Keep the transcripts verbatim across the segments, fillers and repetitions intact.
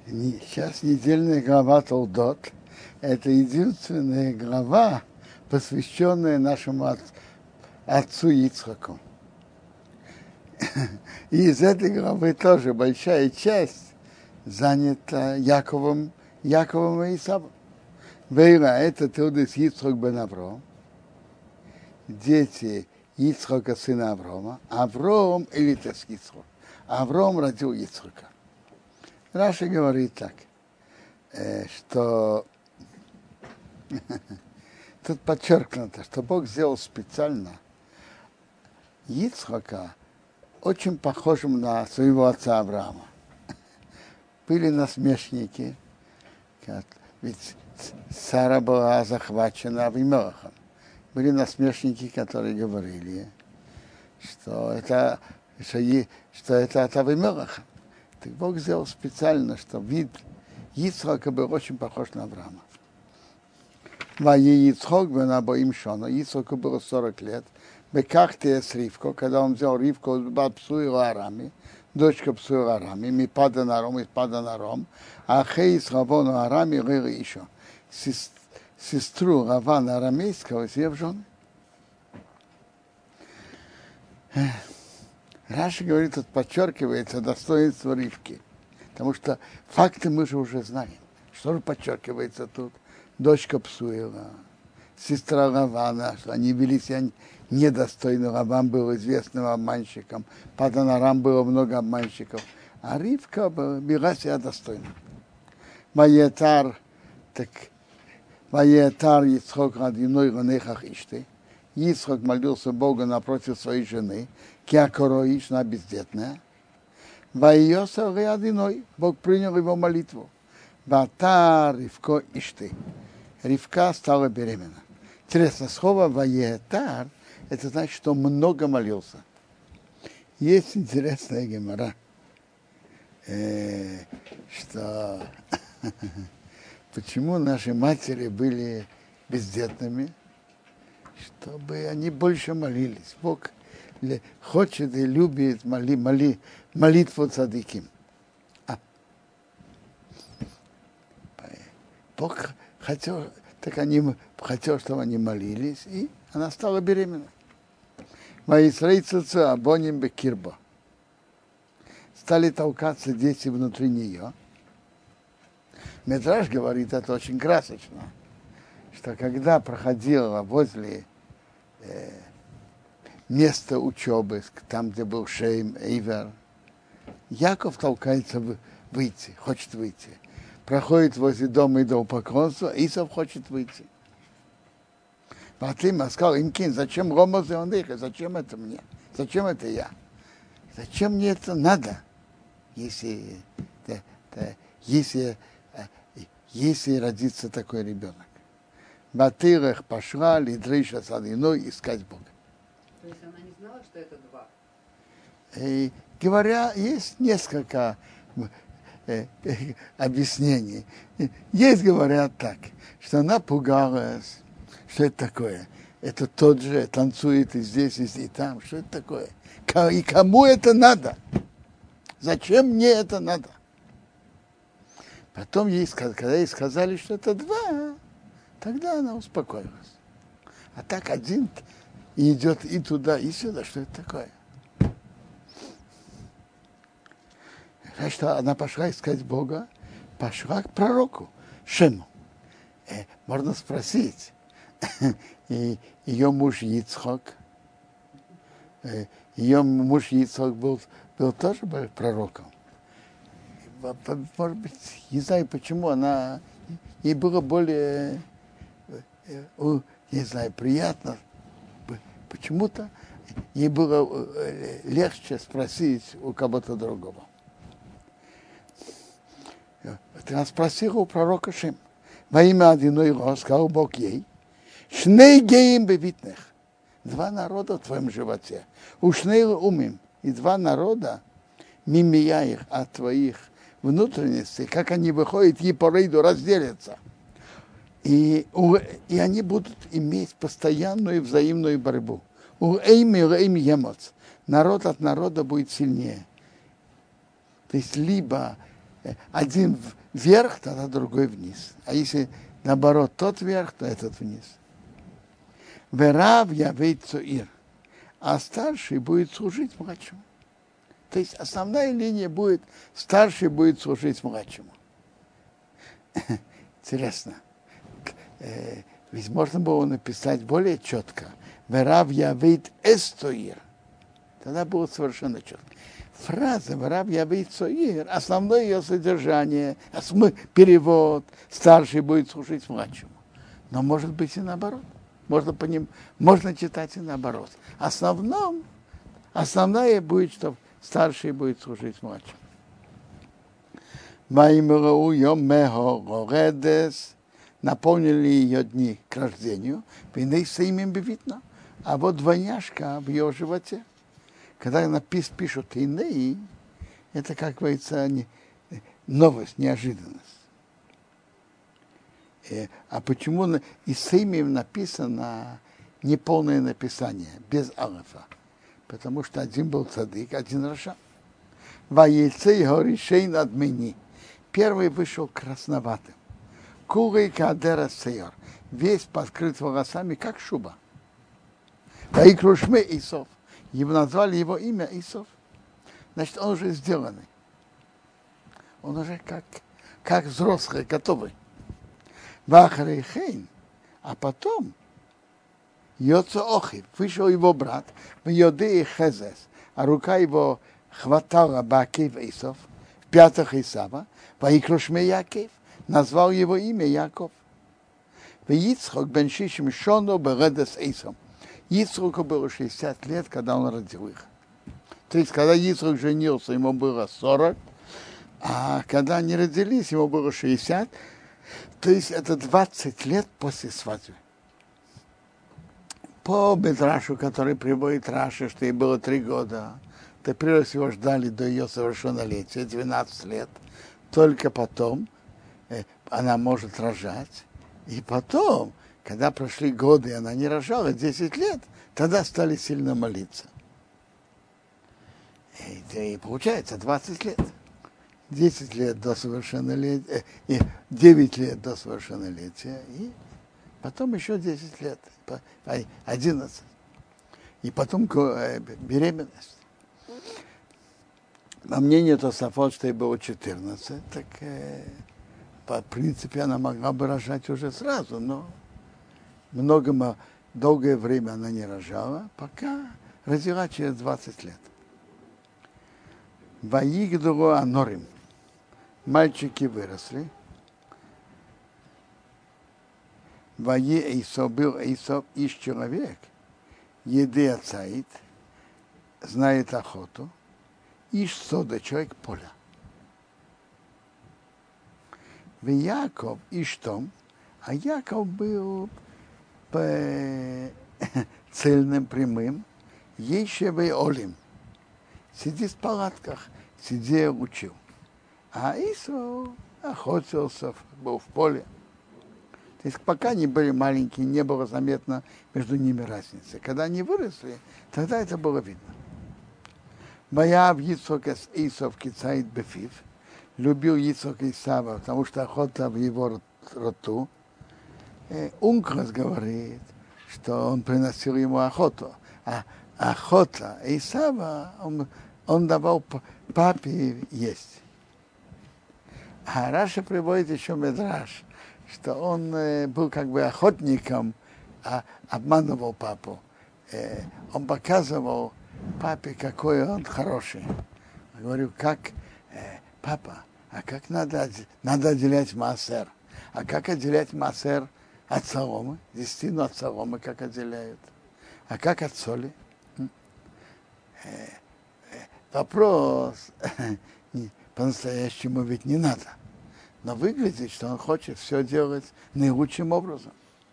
Сейчас недельная глава Толдот. Это единственная глава, посвященная нашему от, отцу Ицхаку. И из этой главы тоже большая часть занята Яковом, Яковом и Исавом. Вейра – это Теудес Ицхак бен Авром, дети Ицхака, сына Аврома. Авром – Элитес Ицхак. Авром родил Ицхака. Раши говорит так, что тут подчеркнуто, что Бог сделал специально Ицхака очень похожим на своего отца Авраама. Были насмешники, ведь Сара была захвачена Авимелахом. Были насмешники, которые говорили, что это, что, что это от Авимелаха. Так Бог сделал специально, что вид Ицхака был очень похож на Авраама. Ваи Ицхак бен Абоим Шона, Ицхаку было сорок лет, Бекахте с Ривко, когда он взял Ривку, Псуил Арами, дочка Псуил Арами, ми Падан Аром, из Падан Аром, а Хейс Равону Арами Рыли еще. Сестру Равана Арамейского себе в жены. Раши говорит, тут подчеркивается достоинство Ривки, потому что факты мы же уже знаем. Что же подчеркивается тут? Дочка Псуила, сестра Равана, что они вели себя недостойно. Раван был известным обманщиком, Падан Арам было много обманщиков, а Ривка вела себя достойно. Маетар, так, Маетар Ицхак Радиной Ранехах Ишты. Ицхак молился Богу напротив своей жены, Киакороиш, она бездетная. Вайоса Реадиной, Бог принял его молитву. Вата Ривко Ишты. Ривка стала беременна. Интересно, слово Ваетар, это значит, что много молился. Есть интересная гемара, э, что почему наши матери были бездетными, чтобы они больше молились. Бог хочет и любит моли, моли, молитву цадиким. А. Бог хотел, так они хотел, чтобы они молились, и она стала беременна. Мои срейцуцы абоним бекирбо. Стали толкаться дети внутри нее. Медраш говорит, это очень красочно, что когда проходила возле э, места учебы, там, где был Шейм, Эйвер, Яков толкается выйти, хочет выйти. Проходит возле дома идолопоклонства, Исав хочет выйти. Матрима сказал, Имкин, зачем Рома Зеондыха, зачем это мне? Зачем это я? Зачем мне это надо, если, да, да, если, если родится такой ребенок? Батырах пошла, Лидриша Салиной искать Бога. То есть она не знала, что это два? И, говоря, есть несколько э, э, объяснений. Есть, говорят так, что она пугалась, что это такое. Это тот же танцует и здесь, и здесь, и там. Что это такое? И кому это надо? Зачем мне это надо? Потом ей, когда ей сказали, что это два, тогда она успокоилась. А так один и идет и туда, и сюда. Что это такое? Значит, она пошла искать Бога, пошла к пророку Шему. Э, можно спросить, и ее муж Ицхак, э, ее муж Ицхак был, был тоже был пророком. Может быть, не знаю почему, она, ей было более, не знаю, приятно. Почему-то ей было легче спросить у кого-то другого. Она спросила у пророка Шем. Во имя одиной его сказал Бог ей, «Шней геем бевитнех». Два народа в твоем животе. Ушней умим. И два народа, мимия их от твоих внутренностей, как они выходят, и по рейду разделятся. И, и они будут иметь постоянную взаимную борьбу. У эйми эйми емоц. Народ от народа будет сильнее. То есть либо один вверх, тогда другой вниз. А если наоборот тот вверх, то этот вниз. Верав явейт цоир, а старший будет служить младшему. То есть основная линия будет, старший будет служить младшему. Интересно. Ведь можно было написать более четко. Верав явейт эстоир. Тогда было совершенно четко. Фраза «Верав явейт цоир», основное ее содержание, перевод, старший будет служить младшему. Но может быть и наоборот. Можно, по ним, можно читать и наоборот. Основном, основное будет, что старший будет служить младшему. Наполнили ее дни к рождению, вины с именем видно, а вот двойняшка в ее животе. Когда напис, пишут «иней», это, как говорится, не, новость, неожиданность. И, а почему и с именем написано неполное написание, без алефа? Потому что один был цадык, один раша. «Ваейцей горишей над мени». Первый вышел красноватым. «Курей кадера сейор». Весь подкрыт волосами, как шуба. «Ваикрушме Исов». Его назвали его имя Исов. Значит, он уже сделанный. Он уже как, как взрослый, готовый. Вахарейхейн. А потом Йоцо Охив, вышел его брат, в Йодеи Хезес, а рука его хватала Бакев Исов, в пятах Исава, Ваикрошме Якев, назвал его имя Яков. В Йицхок бен Шишим Шоно Бередес Исом. Йицхоку было шестьдесят лет, когда он родил их. То есть, когда Йицхок женился, ему было сорок, а когда они родились, ему было шестьдесят. То есть, это двадцать лет после свадьбы. По Бедрашу, который приводит Раши, что ей было три года, то прежде всего ждали до ее совершеннолетия, двенадцать лет. Только потом э, она может рожать. И потом, когда прошли годы, и она не рожала, десять лет, тогда стали сильно молиться. И, и получается двадцать лет. десять лет до совершеннолетия, и девять лет до совершеннолетия, и потом еще десять лет, одиннадцать. И потом беременность. По мнению Тосафот, что ей было четырнадцать, так по принципе она могла бы рожать уже сразу, но много, долгое время она не рожала, пока родила через двадцать лет. Ваигдуру анорим. Мальчики выросли. Вае Эйсов был Эйсов иш человек. Еды ацаит, знает охоту. Иш сода, человек поля. В Яков иш том, а Яков был цельным, прямым, ейшевый олим. Сидит в палатках, сидел, учил. А Исав охотился, был в поле. То есть пока они были маленькие, не было заметно между ними разницы. Когда они выросли, тогда это было видно. Моя в Ицхоке с Исав кицает бефив. Любил Ицхок Исава, потому что охота в его рту. Ункрас говорит, что он приносил ему охоту. А охота Исава он, он давал папе есть. А Раша приводит еще Медраш, что он э, был как бы охотником, а обманывал папу. Э, он показывал папе, какой он хороший. Я говорю, как, э, папа, а как надо, надо отделять маасер? А как отделять маасер от соломы? Десятину от соломы как отделяют? А как от соли? Э, э, вопрос по-настоящему ведь не надо. Но выглядит, что он хочет все делать наилучшим образом.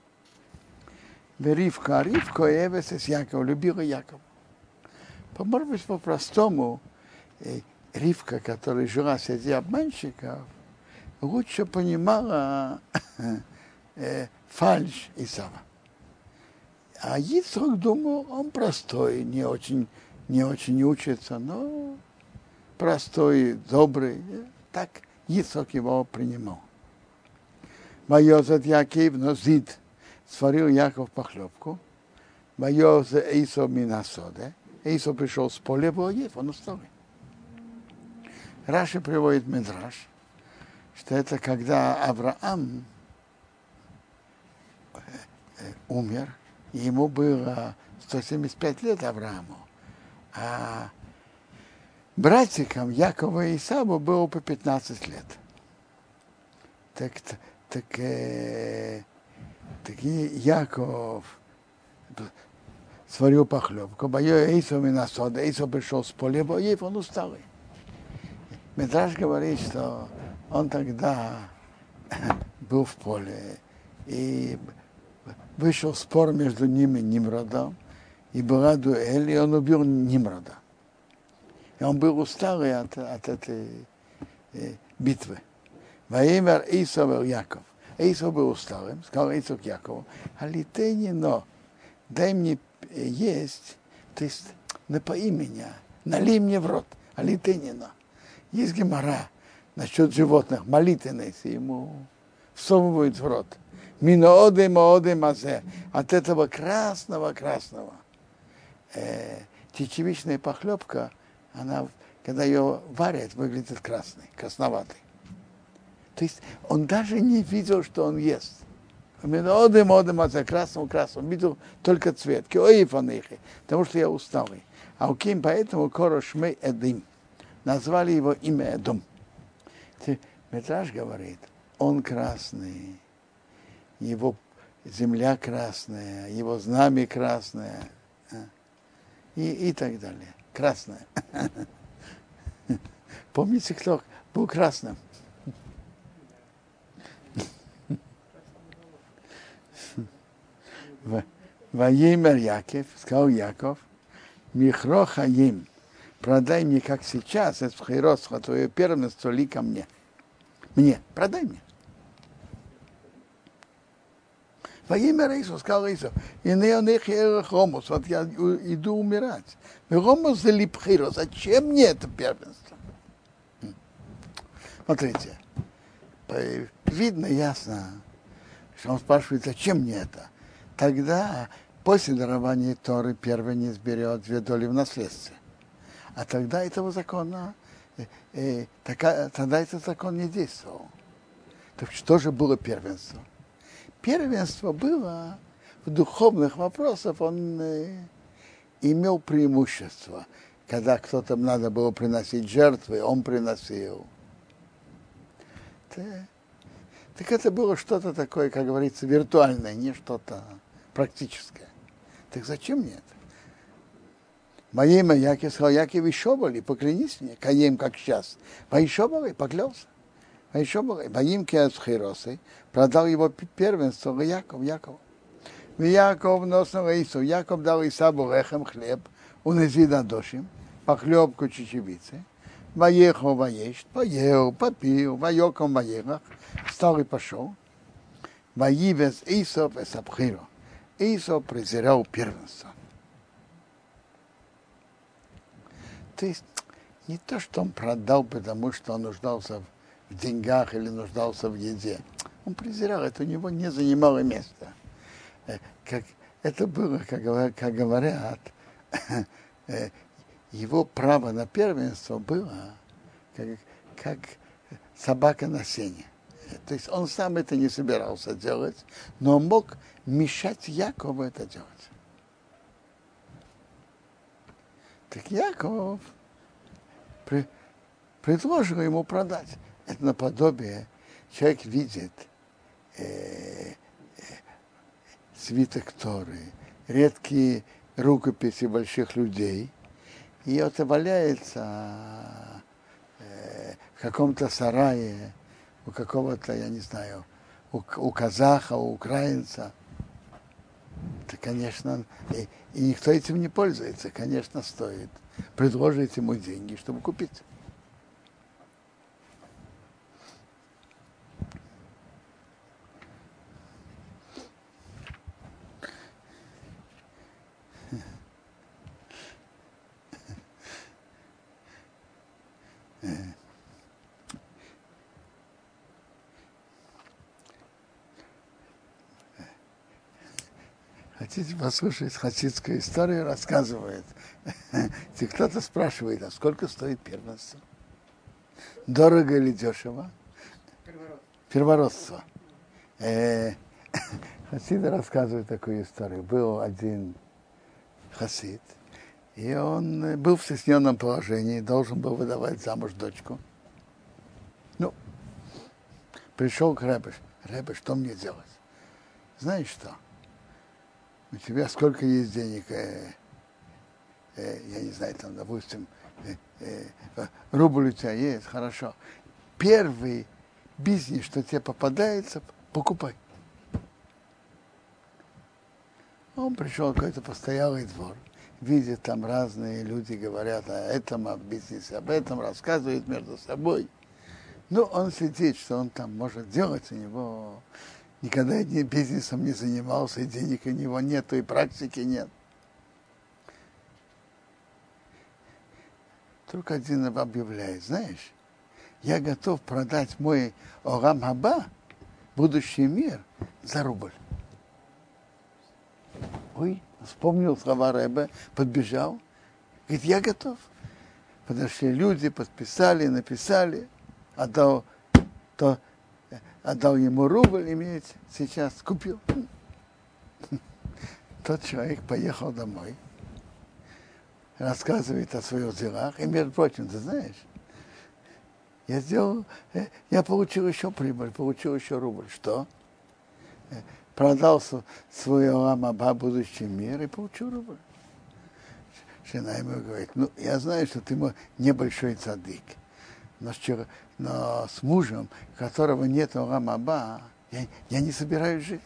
Ривка, Ривка Эвес из Якова, любила Якова. Может быть, по-простому, Ривка, которая жила среди обманщиков, лучше понимала фальшь Исава. А Ицхак думал, он простой, не очень, не очень учится, но простой, добрый. Так Ицхак его принимал. Вайозет Яков, но Зид сварил Яков похлебку. Вайозет Эйсов минасоде. Эйсов пришел с поля, воев, он устал. Раши приводит Мидраш, что это когда Авраам умер, и ему было сто семьдесят пять лет Аврааму, а братикам Якова и Исаву было по пятнадцать лет. Так, так, э, так Яков сварил похлебку, боё Эйсов минасода, Эйсов пришел с поля, боев, он усталый. Мидраш говорит, что он тогда был в поле, и вышел спор между ним и Нимродом, и была дуэль, и он убил Нимрода. И он был усталый от, от этой э, битвы. Ваимер Исов и Яков. Исов был усталым, сказал Исов к Якову, алитени, но дай мне есть, то есть напои меня, налей мне в рот, алитени, но. Есть гемара насчет животных, молитвенные, ему всовывают в рот. Минооды, мооды, мазе. От этого красного-красного. Э, чечевичная похлебка, она, когда ее варят, выглядит красной, красноватой. То есть он даже не видел, что он ест. Минооды, мооды, мазе, красного-красного. Видел только цвет. Киоифаныхи, потому что я усталый. А у кем поэтому корошмей эдим. Назвали его имя Эдом. Мидраш говорит, он красный, его земля красная, его знамя красное, и, и так далее. Красное. Помните, кто был красным? Ваимер Яков, сказал Яков, Михро Хаим, продай мне, как сейчас, это хейросха, твое первенство ли ко мне. Мне, продай мне. Во имя Иисуса, сказал Иисус, и не он их хомус, вот я иду умирать. Хомус за липхиро, зачем мне это первенство? Смотрите, видно, ясно, что он спрашивает, зачем мне это? Тогда, после дарования Торы, первенец берет две доли в наследстве. А тогда этого закона, э, э, така, тогда этот закон не действовал. Так что же было первенство? Первенство было в духовных вопросах, он э, имел преимущество. Когда кто-то надо было приносить жертвы, он приносил. Так, так это было что-то такое, как говорится, виртуальное, не что-то практическое. Так зачем мне это? Мое имя Яков сказал, Яков еще были, поклянись мне, каем, как сейчас. А еще были, поклялся. А еще были, боим киасхиросы, продал его первенство Яков, Яков. Яков носил Ису, Яков дал Исаву лехем, хлеб, он из вида дошим, похлебку чечевицы, поехал, поесть, поел, попил, воеком, воехал, встал и пошел. Воивез Исов и Сабхиру. Исов презирал первенство. То есть не то, что он продал, потому что он нуждался в деньгах или нуждался в еде. Он презирал, это у него не занимало места. Как, это было, как, как говорят, его право на первенство было как, как собака на сене. То есть он сам это не собирался делать, но мог мешать Якову это делать. Так Яков при, предложил ему продать. Это наподобие, человек видит э, э, свиток Торы, редкие рукописи больших людей, и это валяется э, в каком-то сарае, у какого-то, я не знаю, у, у казаха, у украинца. Это, конечно, и, и никто этим не пользуется, конечно, стоит предложить ему деньги, чтобы купить. Хотите послушать хасидскую историю, рассказывает. Кто-то спрашивает, а сколько стоит первенство? Дорого или дешево? Первородство. Э, Хасиды рассказывают такую историю. Был один хасид, и он был в стесненном положении, должен был выдавать замуж дочку. Ну, пришел к Ребе. Ребе, что мне делать? Знаешь что? У тебя сколько есть денег? Э, э, я не знаю, там, допустим, э, э, рубль у тебя есть, хорошо. Первый бизнес, что тебе попадается, покупай. Он пришел в какой-то постоялый двор, видит там разные люди, говорят о этом, о бизнесе, об этом, рассказывают между собой. Ну, он сидит, что он там может делать, у него никогда бизнесом не занимался, и денег у него нет, и практики нет. Только один объявляет, знаешь, я готов продать мой Орам Хаба, будущий мир, за рубль. Ой, вспомнил слова Ребе, подбежал, говорит, я готов. Подошли люди, подписали, написали, отдал, то, отдал ему рубль, иметь сейчас купил. Тот человек поехал домой, рассказывает о своих делах, и, между прочим, ты знаешь, я сделал, я получил еще прибыль, получил еще рубль. Что? Продал свой Орам Хаба, будущий мир, и получил рубль. Жена ему говорит, ну, я знаю, что ты небольшой цадык, но с, но с мужем, у которого нет Орам Хаба, я, я не собираюсь жить.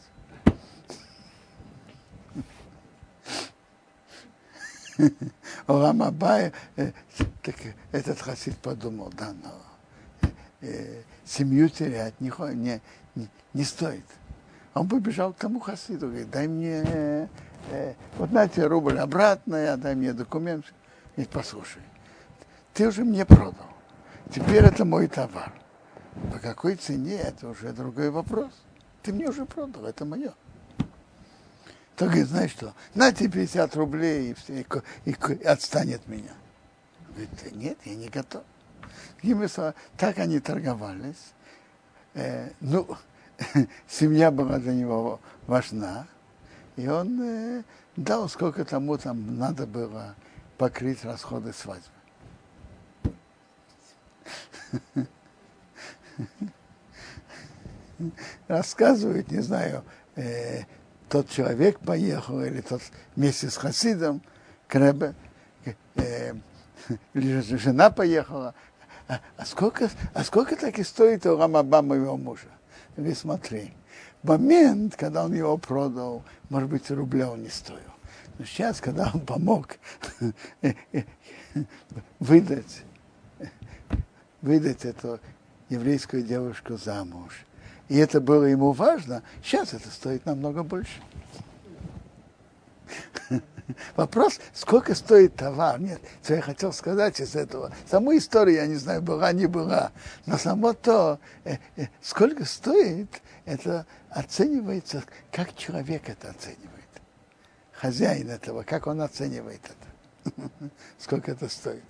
Орам Хаба, так этот хасид подумал, да, но э, семью терять не, не, не, не стоит. Он побежал к тому хасиду, говорит, дай мне, э, э, вот на тебе рубль обратно, дай мне документ. И послушай, ты уже мне продал, теперь это мой товар. По какой цене, это уже другой вопрос. Ты мне уже продал, это мое. Так говорит, знаешь что, на тебе пятьдесят рублей и, и, и, и отстань от меня. Говорит, нет, я не готов. Так они торговались. Э, ну, семья была для него важна, и он э, дал, сколько тому там надо было покрыть расходы свадьбы. Рассказывают, не знаю, э, тот человек поехал, или тот вместе с хасидом к Ребе, э, или жена поехала. А, а, сколько, а сколько так и стоит Орам Хаба моего мужа? Говорит, смотри, в момент, когда он его продал, может быть, рубля он не стоил. Но сейчас, когда он помог выдать, выдать эту еврейскую девушку замуж, и это было ему важно, сейчас это стоит намного больше. Вопрос, сколько стоит товар? Нет, что я хотел сказать из этого. Саму историю, я не знаю, была, не была. Но само то, э, э, сколько стоит, это оценивается, как человек это оценивает. Хозяин этого, как он оценивает это. Сколько это стоит.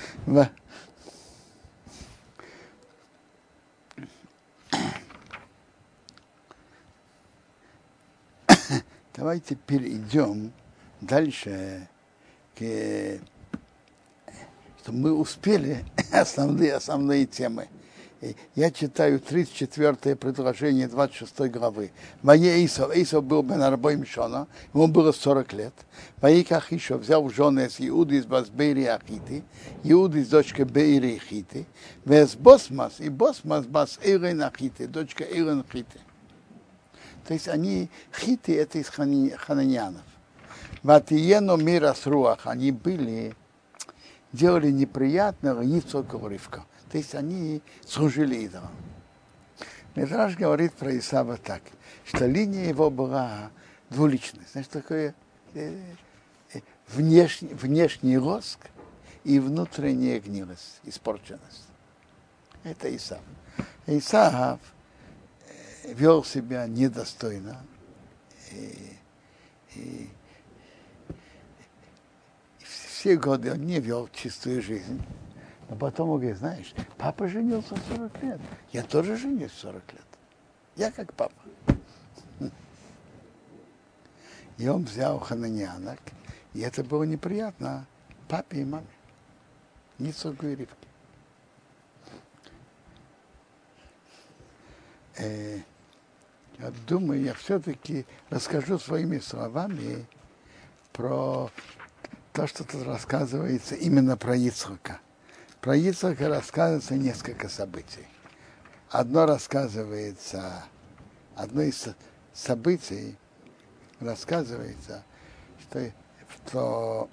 Давайте перейдем дальше, к, чтобы мы успели основные, основные темы. Я читаю тридцать четвёртое предложение двадцать шестой главы. Вае Исав, Исав был бен Арбоим Шона, ему было сорок лет. Ваиках еще взял в жены с Иуды из Басбейри Ахиты, Иуды из дочки Бейри Хиты, вес Босмас и Босмас бас Эйрен Ахиты, дочка Эйрен Хиты. То есть они, хиты, это из хананьянов. Ватиену мирас руах, они были, делали неприятного Ицхаку Ривку. То есть они служили идолам. Мидраш говорит про Исава так, что линия его была двуличной. Значит, такое э, э, внешний, внешний лоск и внутренняя гнилость, испорченность. Это Исав. Исав вел себя недостойно. И, И, и все годы он не вел чистую жизнь. Но потом он говорит, знаешь, папа женился в сорок лет. Я тоже женюсь в сорок лет. Я как папа. И он взял хананянок, и это было неприятно папе и маме. Ицхаку и Ривке. Э, я думаю, я все-таки расскажу своими словами про то, что тут рассказывается именно про Ицхака. Про Ицхака рассказывается несколько событий. Одно рассказывается, одно из событий рассказывается, что, что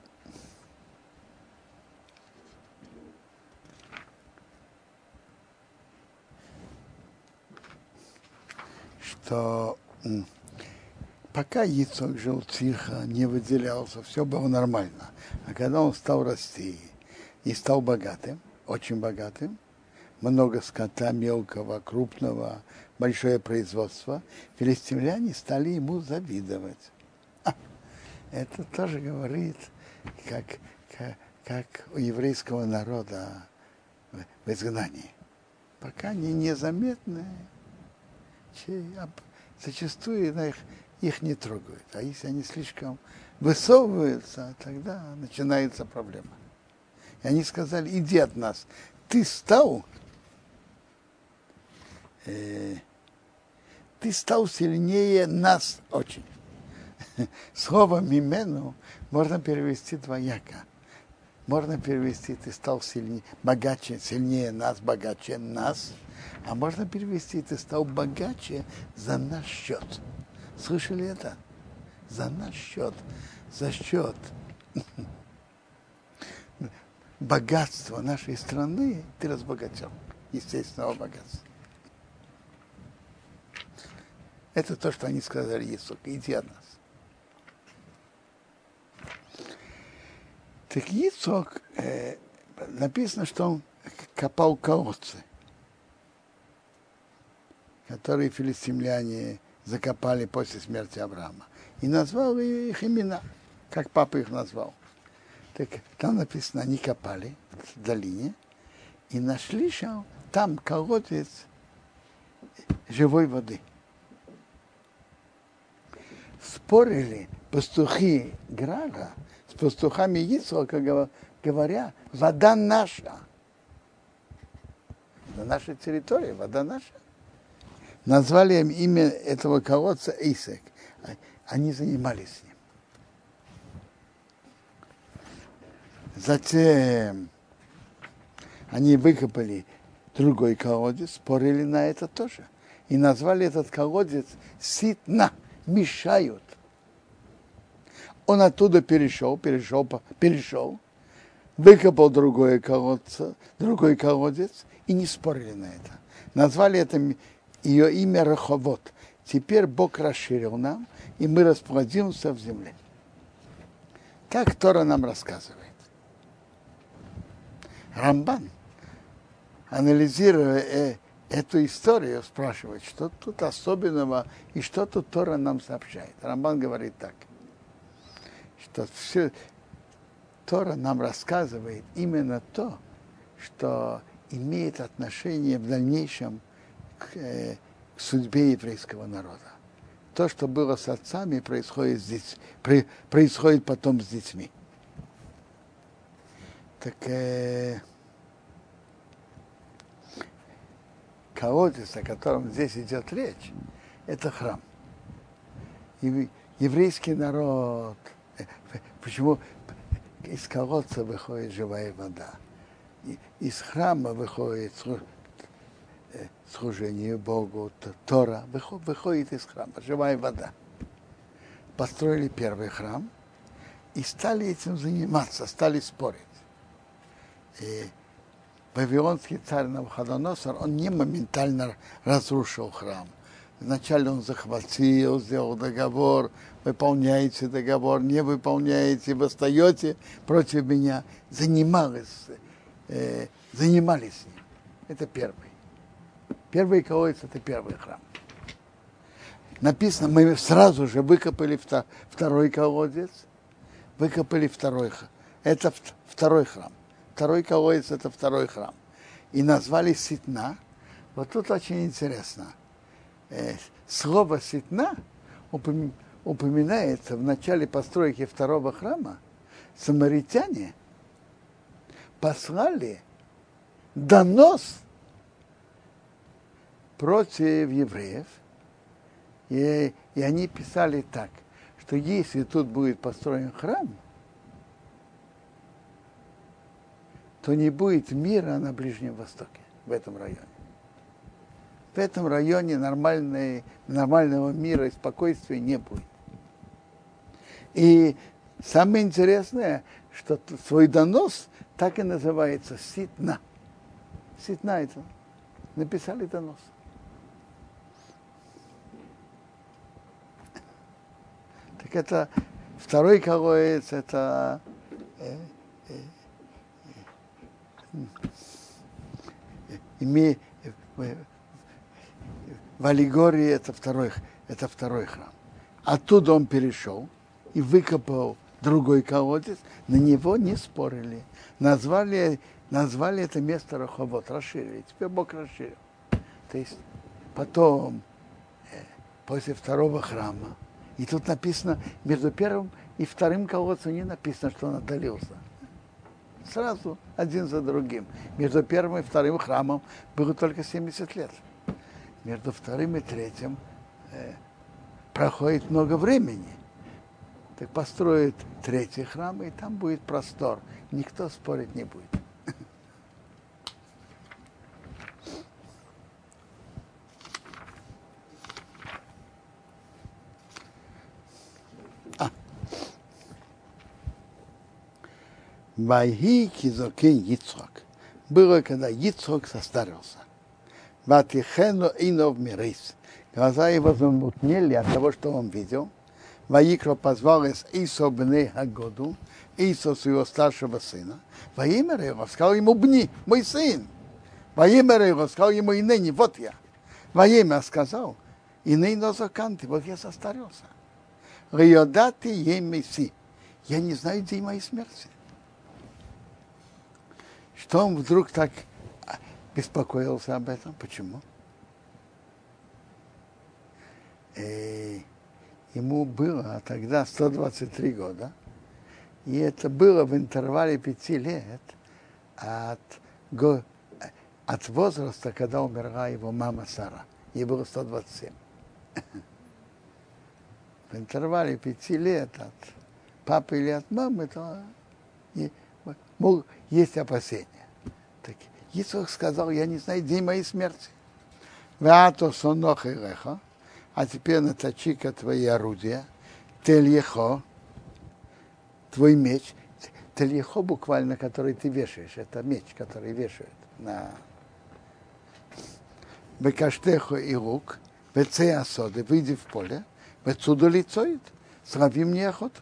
что пока Ицхак жил тихо, не выделялся, все было нормально. А когда он стал расти и стал богатым, очень богатым, много скота мелкого, крупного, большое производство, филистимляне стали ему завидовать. А, это тоже говорит, как, как, как у еврейского народа в, в изгнании. Пока они незаметны, зачастую их, их не трогают. А если они слишком высовываются, тогда начинается проблема. И они сказали, иди от нас. Ты стал, э, ты стал сильнее нас очень. Слово «мимену» можно перевести двояко. Можно перевести, ты стал сильнее, богаче, сильнее нас, богаче нас. А можно перевести, ты стал богаче за наш счет. Слышали это? За наш счет. За счет богатства нашей страны ты разбогател. Естественного богатства. Это то, что они сказали Ицхаку. Иди от нас. Так Ицхак, э, написано, что он копал колодцы, которые филистимляне закопали после смерти Авраама. И назвал их имена, как папа их назвал. Так там написано, они копали в долине и нашли там колодец живой воды. Спорили пастухи Грара с пастухами Ицхака, говоря, вода наша. На нашей территории вода наша. Назвали им имя этого колодца Исек. Они занимались с ним. Затем они выкопали другой колодец, спорили на это тоже. И назвали этот колодец Ситна, мешают. Он оттуда перешел, перешел, перешел, выкопал другое колодце, другой колодец и не спорили на это. Назвали это ее имя Раховот. Теперь Бог расширил нам, и мы расплодимся в земле. Как Тора нам рассказывает. Рамбан, анализируя э, эту историю, спрашивает, что тут особенного и что тут Тора нам сообщает. Рамбан говорит так, что все Тора нам рассказывает именно то, что имеет отношение в дальнейшем к, э, к судьбе еврейского народа. То, что было с отцами, происходит, с деть, при, происходит потом с детьми. Так э, колодец, о котором здесь идет речь, это храм. И еврейский народ, э, почему из колодца выходит живая вода, и, из храма выходит э, служение Богу, Тора, выходит, выходит из храма, живая вода. Построили первый храм и стали этим заниматься, стали спорить. И вавилонский царь Навуходоносор, он не моментально разрушил храм. Вначале он захватил, сделал договор, выполняете договор, не выполняете, восстаете против меня. Занимались, э, занимались с ним. Это первый. Первый колодец – это первый храм. написано, мы сразу же выкопали второй колодец, выкопали второй храм. Это второй храм. Второй колодец – это второй храм. И назвали Ситна. Вот тут очень интересно. Слово Ситна упоминается в начале постройки второго храма. Самаритяне послали донос против евреев, и, и они писали так, что если тут будет построен храм, то не будет мира на Ближнем Востоке, в этом районе. В этом районе нормальной, нормального мира и спокойствия не будет. И самое интересное, что свой донос так и называется Ситна. Ситна это. Написали донос. Так это второй колодец, это э, э, э, име, э, в аллегории это второй, это второй храм. Оттуда он перешел и выкопал другой колодец, на него не спорили. Назвали, назвали это место Раховот, расширили. Теперь Бог расширил. То есть потом, э, после второго храма, и тут написано, между первым и вторым колодцем не написано, что он отдалился. Сразу один за другим. Между первым и вторым храмом было только семьдесят лет. Между вторым и третьим э, проходит много времени. Так построят третий храм, и там будет простор. Никто спорить не будет. Вайги кизокен Йицхок. Было, когда Йицхок состарился. Ватихену инов мирис. Глаза его замутнели от того, что он видел. Ваикро позвал из Исо бней Хагоду, Исо своего старшего сына. Во имя его сказал ему: Бни, мой сын. Во имя его сказал ему: и ныне, вот я. Во имя сказал: и ныне нозаканты, вот я состарился. Риодати емеси. Я не знаю день моей смерти. Что он вдруг так беспокоился об этом? Почему? И ему было тогда сто двадцать три года, и это было в интервале пяти лет от, от возраста, когда умерла его мама Сара. Ей было сто двадцать семь. В интервале пяти лет от папы или от мамы, то мол, есть опасения. Так Йицхак сказал: я не знаю день моей смерти. Ваато сонох илеха, а теперь наточи-ка твои орудия, тельехо, твой меч. Тельехо буквально, который ты вешаешь, это меч, который вешают на бекаштехо и лук, веце осоды, выйди в поле, вецуду лицоид, срави мне охоту.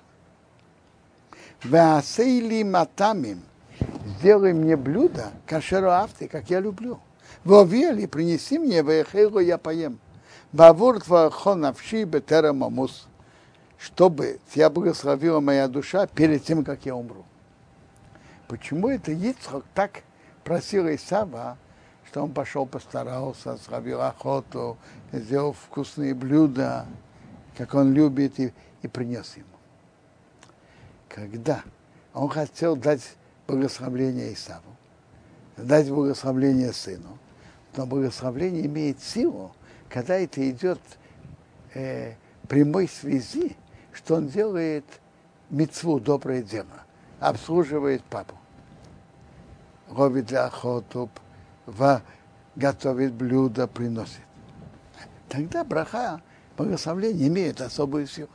Веасейли матамим, сделай мне блюдо, кашеру авты, как я люблю. Вовели, принеси мне, вехейлу я поем. Вавур твоего навши бетера мамус, чтобы тебя благословила моя душа перед тем, как я умру. Почему это Йицхак так просил Исава, что он пошел, постарался, сравил охоту, сделал вкусные блюда, как он любит, и, и принес ему. Когда он хотел дать благословение Исаву, дать благословение сыну, но благословение имеет силу, когда это идет э, прямой связи, что он делает мицву, доброе дело, обслуживает папу, ловит для охоту, готовит блюда, приносит. Тогда браха, благословение имеет особую силу.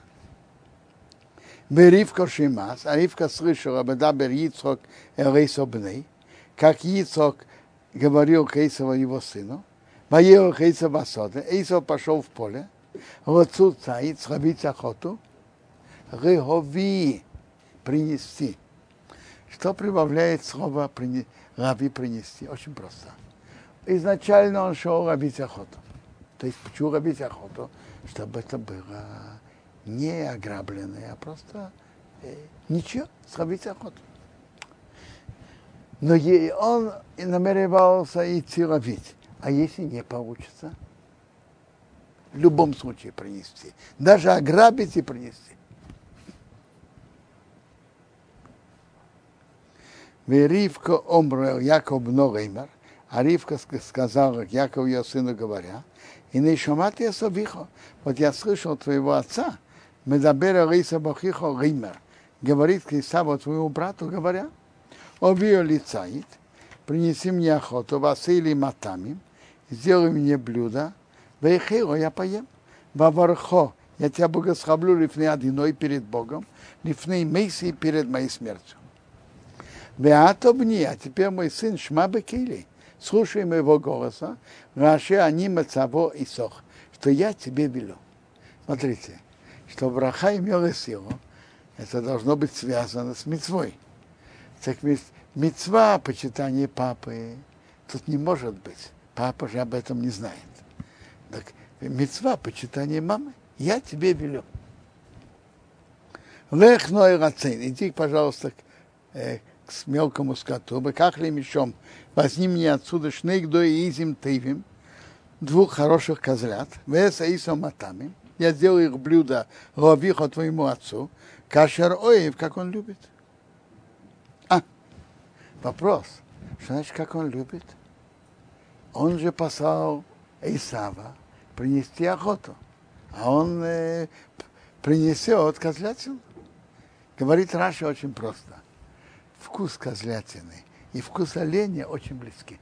Ривка Шимас, а Ривка слышала, бедабер Йицхак элейсо бней, как Йицхак говорил к Эйсову его сыну, воел к Эйсову асоде, Эйсов пошел в поле, лоцу цаит, схватить охоту, регови, принести. Что прибавляет слово рави принести? Очень просто. Изначально он шел ловить охоту. То есть почему робить охоту? Чтобы это было не ограбленное, а просто э, ничего, срубить охоту. Но ей он и намеревался идти ловить. А если не получится? В любом случае принести. Даже ограбить и принести. Ривка омрел Яков Ногеймер, а Ривка сказала Якову ее сыну, говоря, и не шамати я совихо, вот я слышал твоего отца, медабера Риса Бахихо Геймер, говорит к Исаву твоему брату, говоря, обио лицаит, принеси мне охоту, васили матами, сделай мне блюдо, вейхеро я поем, вавархо, я тебя благословлю лифней одиной перед Богом, лифней мейси перед моей смертью. Веатобни, а теперь мой сын Шмабе Кили, слушай моего голоса, Раши они мацаво и сох, что я тебе велю. Смотрите, что браха имела силу, это должно быть связано с мицвой. Так мицва, почитание папы, тут не может быть. Папа же об этом не знает. Так мицва, почитание мамы, я тебе велю. Лех ной рацин, иди, пожалуйста, к к мелкому скоту, бы как ли мечом, возьми мне отсюда шнейгдо и изим тейвим, двух хороших козлят, веса и саматами, я сделаю их блюдо ровихо твоему отцу, кашер оев, как он любит. А, вопрос, что значит, как он любит? Он же послал Исава принести охоту, а он э, принесет козлятину. Говорит Раши очень просто. Вкус козлятины и вкус оленя очень близки.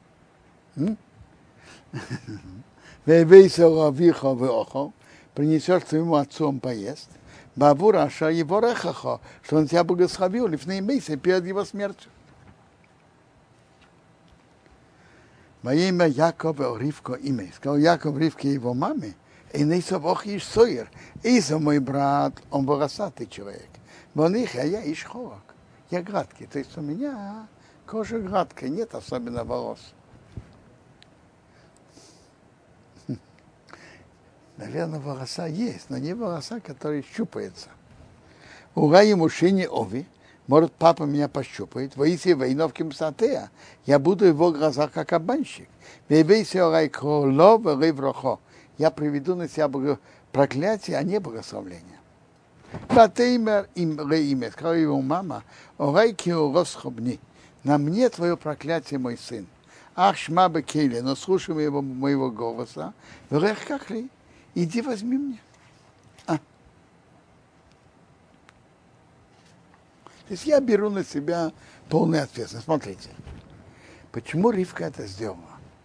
Принесешь своему отцу, он поест. Бабу Раша его рехахо, что он тебя благословил, лифней мейсе, перед его смертью. Во имя Якова Ривко имя. Сказал Яков Ривке его маме, и нейсов ох иш сойер. Иса мой брат, он волосатый человек. Вон их, а я иш хорок. Я гладкий, то есть у меня кожа гладкая, нет особенно волос. Наверное, волоса есть, но не волоса, которые щупаются. Ура ему шини ови, может, папа меня пощупает, воиси войновки мсатея, я буду в его глазах как обманщик. Я приведу на себя проклятие, а не благословление. Батеймер им реиме, сказала его мама, орайки уросхобни, на мне твое проклятие, мой сын. Ах, шмабе кейли, но слушай моего, моего голоса, врех как ли, иди возьми мне. А. То есть я беру на себя полную ответственность. Смотрите, почему Ривка это сделала?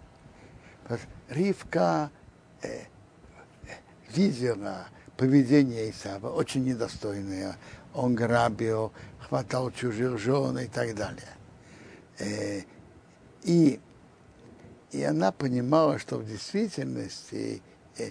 Ривка э, видела поведение Исава очень недостойное. Он грабил, хватал чужих жен и так далее. Э, и, и она понимала, что в действительности э,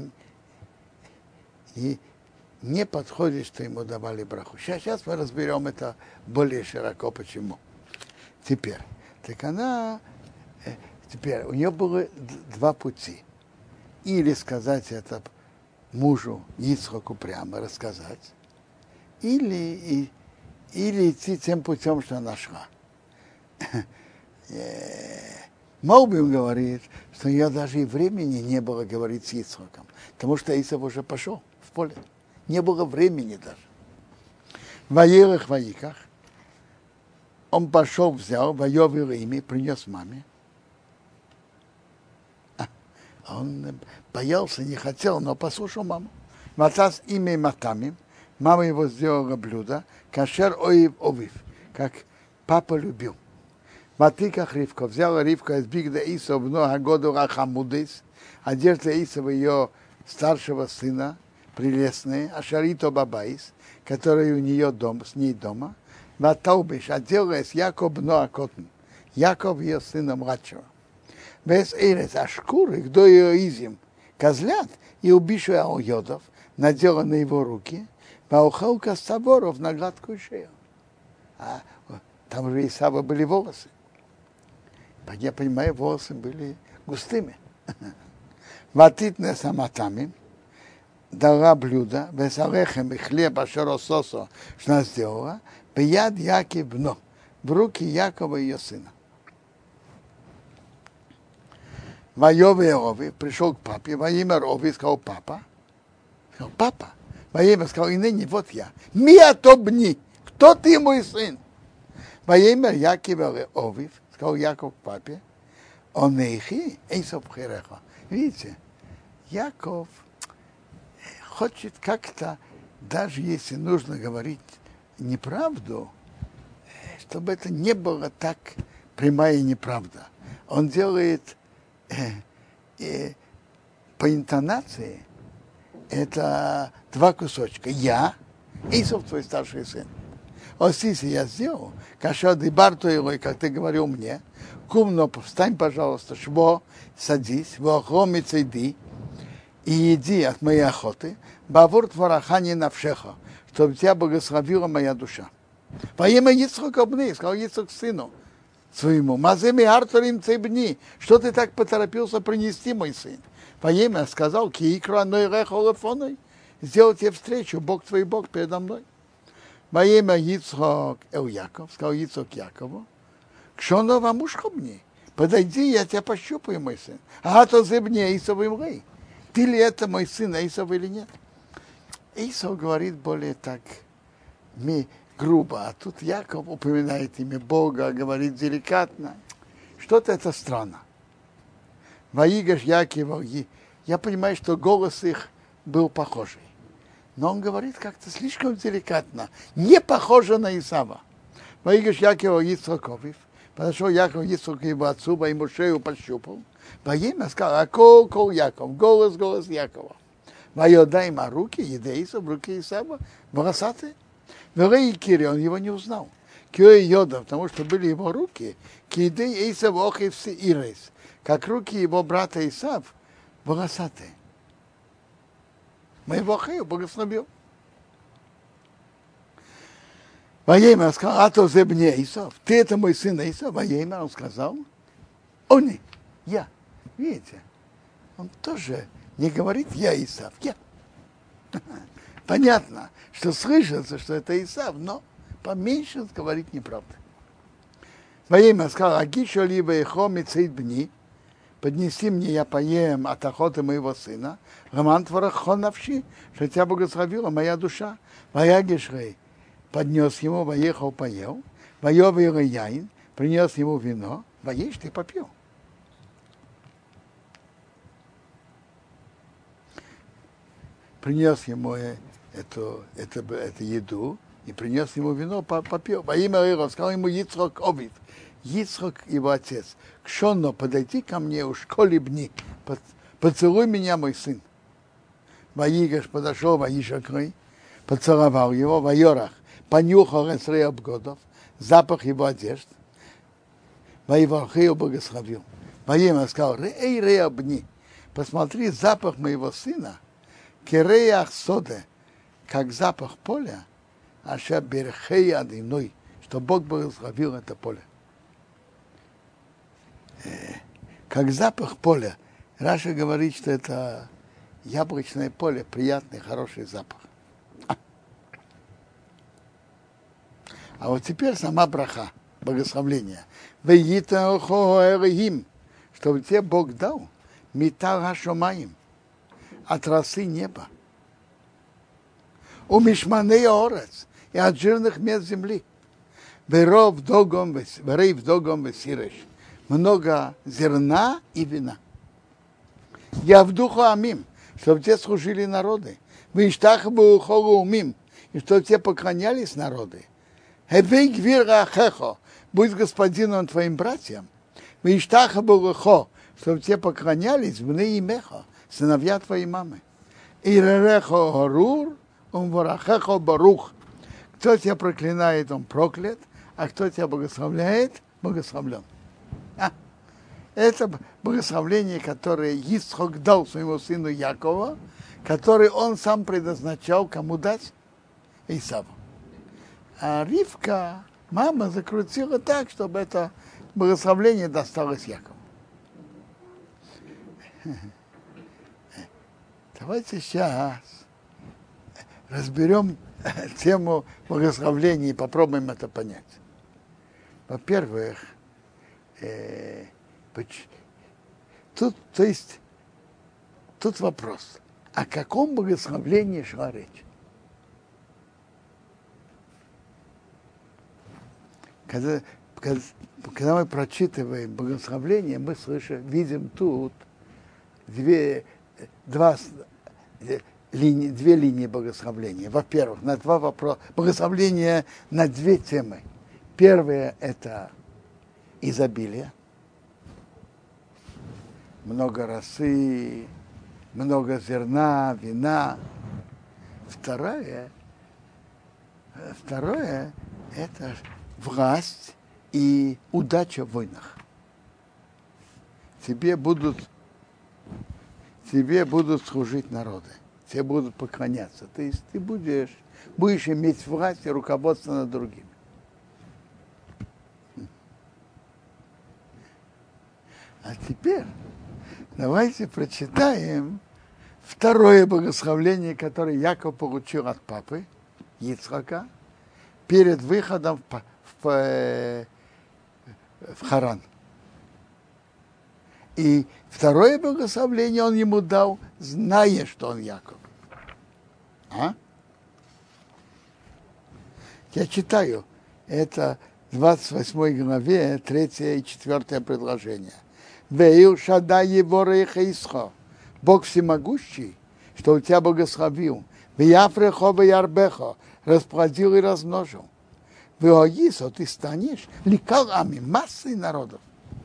и не подходит, что ему давали браху. Сейчас, сейчас мы разберем это более широко, почему. Теперь. Так она, э, теперь у нее было два пути. Или сказать это мужу Ицхаку прямо рассказать, или, и, или идти тем путем, что она шла. Молбим говорит, что у нее даже и времени не было говорить с Ицхаком, потому что Исав уже пошел в поле. Не было времени даже. В Ваерах Ваиках он пошел, взял, воевал ими, принес маме. Он боялся, не хотел, но послушал маму. Матас имя матами. Мама его сделала блюдо. Кашер оив овив. Как папа любил. Матиках Ривка. Взяла Ривка из Бигда Исов, много года Рахамудис. Одежда Исова, ее старшего сына, прелестная. Ашарито Бабаис, который у нее дом, с ней дома. Ватаубиш. Одела из Яков Ноакотн. Яков ее сына младшего. Без эрец, а шкуры, кто ее изим, козлят, и убишу йодов, надела на его руки, поухалка стаборов на гладкую шею. А там же и Исава были волосы. Я понимаю, волосы были густыми. Ватитне саматами, дала блюдо, весалехем и хлеб, ашерососо, что она сделала, бияд Яков бно, в руки Якова ее сына. Воеве Ови пришел к папе, во имя Ови сказал папа, сказал папа, во имя сказал, и ныне вот я, ми отобни, кто ты, мой сын? Во имя Якова Ови сказал Яков к папе, он ихи, эйсов хереха. Видите, Яков хочет как-то, даже если нужно говорить неправду, чтобы это не было так прямая неправда. Он делает э, э, по интонации это два кусочка. Я, Исов, твой старший сын. Осиси я сделал, каша дебарту его, как ты говорил мне, кумно, встань, пожалуйста, шво, садись, вохом и цейди, и иди от моей охоты, бавур творахани навшеха, чтобы тебя благословила моя душа. Во имя Ицхока обны, сказал Ицхок сыну своему, маземи артурим цейбни, что ты так поторопился принести, мой сын? Во имя сказал, киикра нойрехолофоной, сделал тебе встречу, Бог твой Бог передо мной. Во имя Ицхок эл Яков, сказал Ицхок Якову, кшоно вам ушко мне, подойди, я тебя пощупаю, мой сын. А то зыбне Исовым рей. Ты ли это мой сын Исов или нет? Исов говорит более так ми, грубо, а тут Яков упоминает имя Бога, говорит деликатно. Что-то это странно. Воигаш Якова, я понимаю, что голос их был похожий. Но он говорит как-то слишком деликатно, не похоже на Исава. Воигаш Якова Ицхаковив, подошел Яков Ицхак к его отцу, во ему шею пощупал. Во имя сказал, а кол, кол Яков, голос, голос Якова. Воедай ма руки, едейса, в руки Исава, волосатые. Верей Кири, он его не узнал. Киой Йода, потому что были его руки, кидей Исав охивси ирейс, как руки его брата Исав, волосатые. Мы его хею благословил. Воемя сказал, а то зебне Исав, ты это мой сын Исав. Воемя он сказал, он, я. Видите, он тоже не говорит я Исав, я. Понятно, что слышится, что это Исав, но поменьше говорить неправду. Воемя сказал, агишу либо эхо мицейт бни, поднеси мне, я поем от охоты моего сына, роман творахо навши, что тебя благословила моя душа. Воягишрей поднес ему, воехал, поел, воевал яин, принес ему вино, воешь ты попил. Принес ему эту, эту, эту еду и принес ему вино, попил. Во имя Иова сказал ему Ицхок Овид, Ицхок его отец, кшонно, подойди ко мне уж колебни, поцелуй меня, мой сын. Воигаш подошел, воишакрой, поцеловал его, воерах, понюхал эсрей обгодов, запах его одежд, воивархею благословил. Во имя сказал, эй, реабни, посмотри запах моего сына, кереях соде, как запах поля, аша берхей адиной, что Бог благословил это поле. Как запах поля. Раша говорит, что это яблочное поле, приятный, хороший запах. А вот теперь сама браха, благословление. Чтобы тебе Бог дал митал хашомаим, от росы неба. У мишманей орец, и от жирных мест земли. Веров догом, верейв догом весиреш. Много зерна и вина. Я в духу амим, чтобы те служили народы. Вы иштах бы ухолу умим, и чтобы те поклонялись народы. Эвей гвира ахехо, будь господином твоим братьям. Вы иштах бы ухо, чтобы те поклонялись бны имехо, сыновья твоей мамы. Иререхо горур, он ворахехо барух. Кто тебя проклинает, он проклят, а кто тебя благословляет, благословлен. А, это благословление, которое Ицхок дал своему сыну Якова, который он сам предназначал кому дать? Исаву. А Ривка, мама, закрутила так, чтобы это благословение досталось Якову. Давайте сейчас разберем тему благословения и попробуем это понять. Во-первых, э, тут, то есть, тут вопрос, о каком благословении шла речь? Когда, когда, когда мы прочитываем благословение, мы слышим, видим тут две, два, линии, две линии благословения. Во-первых, на два вопроса, благословение на две темы. Первое – это изобилие, много росы, много зерна, вина. Второе, второе – это власть и удача в войнах. Тебе будут, тебе будут служить народы, тебе будут поклоняться. То есть ты будешь, будешь иметь власть и руководство над другими. А теперь давайте прочитаем второе благословение, которое Яков получил от папы Ицхака перед выходом в, в, в Харан. И второе благословение он ему дал, зная, что он Яков. А? Я читаю, это в двадцать восьмой главе, третье и четвертое предложение. Веил шадай его рейха Бог всемогущий, что у тебя благословил. Веяфрехо веярбехо, расплодил и размножил. Веоисо, ты станешь ликалами, массой народов.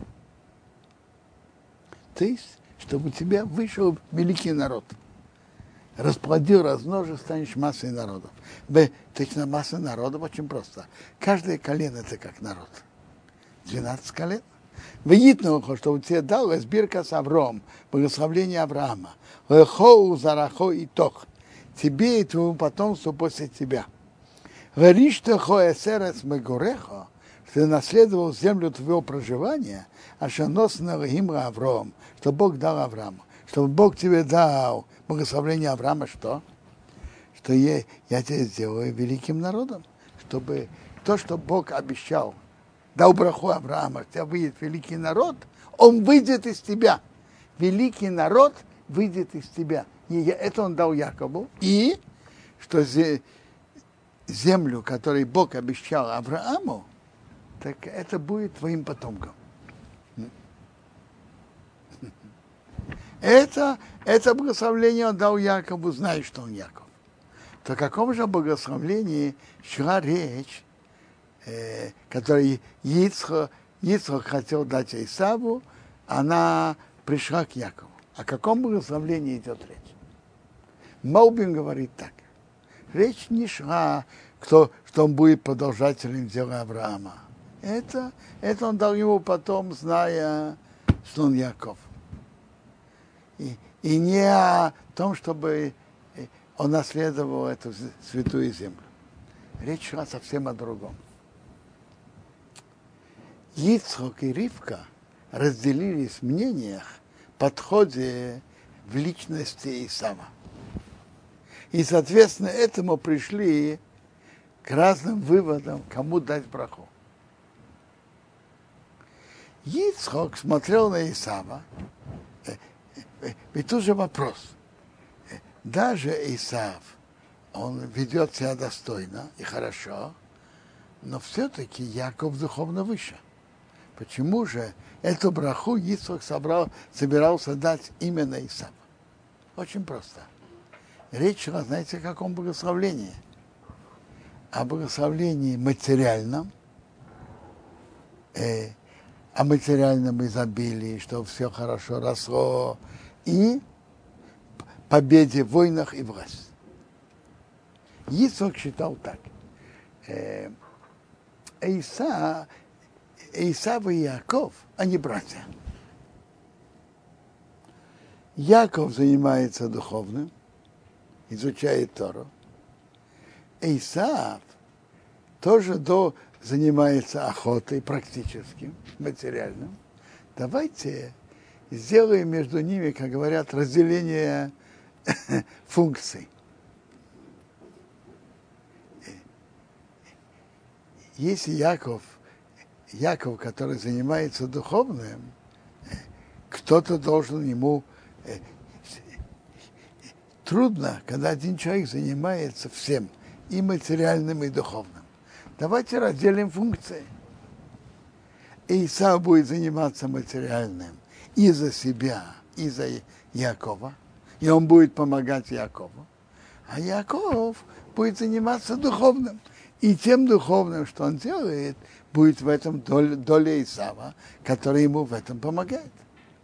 То есть, чтобы у тебя вышел великий народ. Расплодил, размножил, станешь массой народов. Точно масса народов очень просто. Каждое колено это как народ. двенадцать колен. Вегитнухо, что у тебя дал сбирка с Авром, благословение Авраама. Лехоу зарахо и тох. Тебе и твоему потомству после тебя. Вериштахо эсерец мегорехо, что ты наследовал землю твоего проживания, а шанос налахимра Авром, что Бог дал Аврааму. Чтобы Бог тебе дал благословение Авраама, что? Что я, я тебя сделаю великим народом. Чтобы то, что Бог обещал, дал браху Авраама, у тебя выйдет великий народ, он выйдет из тебя. Великий народ выйдет из тебя. И это он дал Якову. И что землю, которую Бог обещал Аврааму, так это будет твоим потомком. Это, это благословение он дал Якову, зная, что он Яков. То о каком же благословении шла речь, э, который Ицхак, Ицхак хотел дать Исаву, она пришла к Якову. О каком благословении идет речь? Молбин говорит так. Речь не шла, кто, что он будет продолжателем дела Авраама. Это, это он дал ему потом, зная, что он Яков. И, и не о том, чтобы он наследовал эту святую землю. Речь шла совсем о другом. Ицхак и Ривка разделились в мнениях, подходе в личности Исава. И, соответственно, этому пришли к разным выводам, кому дать браху. Ицхак смотрел на Исава, ведь тут же вопрос. Даже Исав, он ведет себя достойно и хорошо, но все-таки Яков духовно выше. Почему же эту браху Ицхак собрал, собирался дать именно Исаву? Очень просто. Речь шла, знаете, о каком благословлении? О благословлении материальном, э, о материальном изобилии, чтобы все хорошо росло, и победе в войнах и власть. Ицхак считал так. Э, Иса, Исав и Яков, они братья. Яков занимается духовным, изучает Тору. Исав тоже до, занимается охотой практическим, материальным. Давайте сделаем между ними, как говорят, разделение функций. Если Яков, Яков, который занимается духовным, кто-то должен ему... Трудно, когда один человек занимается всем, и материальным, и духовным. Давайте разделим функции. Исав будет заниматься материальным и за себя, и за Якова, и он будет помогать Якову. А Яков будет заниматься духовным. И тем духовным, что он делает, будет в этом доля, доля Исава, который ему в этом помогает.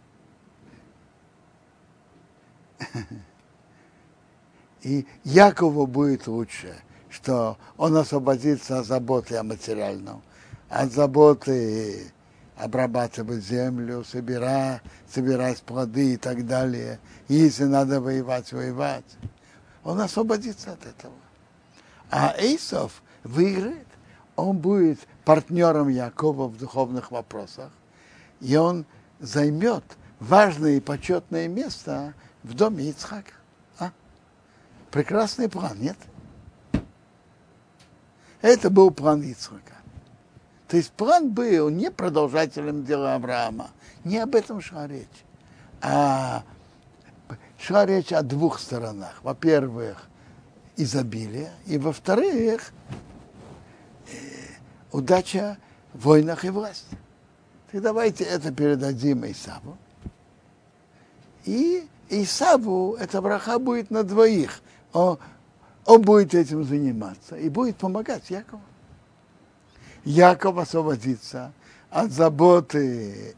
И Якову будет лучше, что он освободится от заботы о материальном, от заботы обрабатывать землю, собирать, собирать плоды и так далее. И если надо воевать, воевать, он освободится от этого. А Эйсов выиграет, он будет партнером Якова в духовных вопросах, и он займет важное и почетное место в доме Ицхака. А? Прекрасный план, нет? Это был план Ицхака. То есть план был не продолжателем дела Авраама, не об этом шла речь, а шла речь о двух сторонах. Во-первых, изобилие, и во-вторых, удача в войнах и власти. Так давайте это передадим Исаву. И Исаву эта браха будет на двоих. Он, он будет этим заниматься и будет помогать Якову. Яков освободится от заботы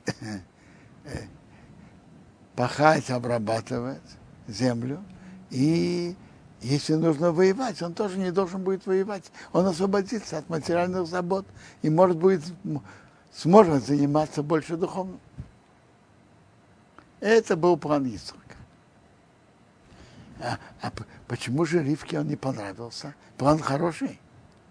пахать, обрабатывать землю. И если нужно воевать, он тоже не должен будет воевать. Он освободится от материальных забот и, может быть, сможет заниматься больше духовным. Это был план Ицхака. А, а почему же Ривке он не понравился? План хороший.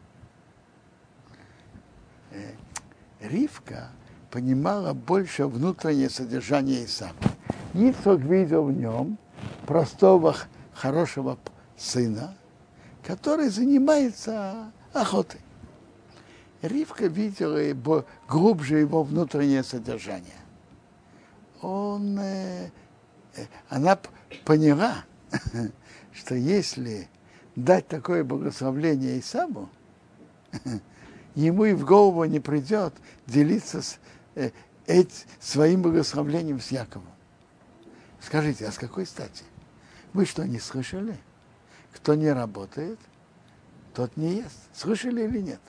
Ривка понимала больше внутреннее содержание Исава. Ицхак видел в нем простого, хорошего сына, который занимается охотой. Ривка видела его, глубже его внутреннее содержание. Он, э, она поняла, что если дать такое благословление Исаву, ему и в голову не придет делиться с, э, эт, своим благословением с Яковом. Скажите, а с какой стати? Вы что, не слышали? Кто не работает, тот не ест. Слышали или нет?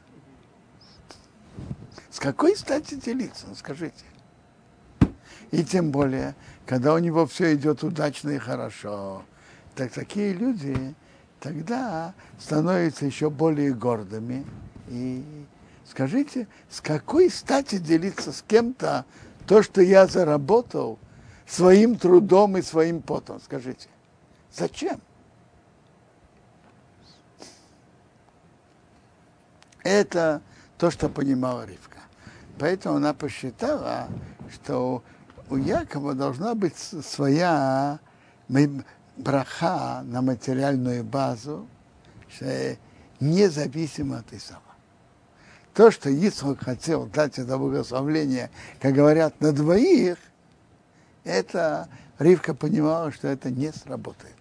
С какой стати делиться? Скажите. И тем более, когда у него все идет удачно и хорошо, так такие люди тогда становятся еще более гордыми. И скажите, с какой стати делиться с кем-то то, что я заработал своим трудом и своим потом? Скажите, зачем? Это то, что понимала Ривка. Поэтому она посчитала, что у Якова должна быть своя браха на материальную базу, независимо от Исава. То, что Ицхак хотел дать это благословение, как говорят, на двоих, это Ривка понимала, что это не сработает.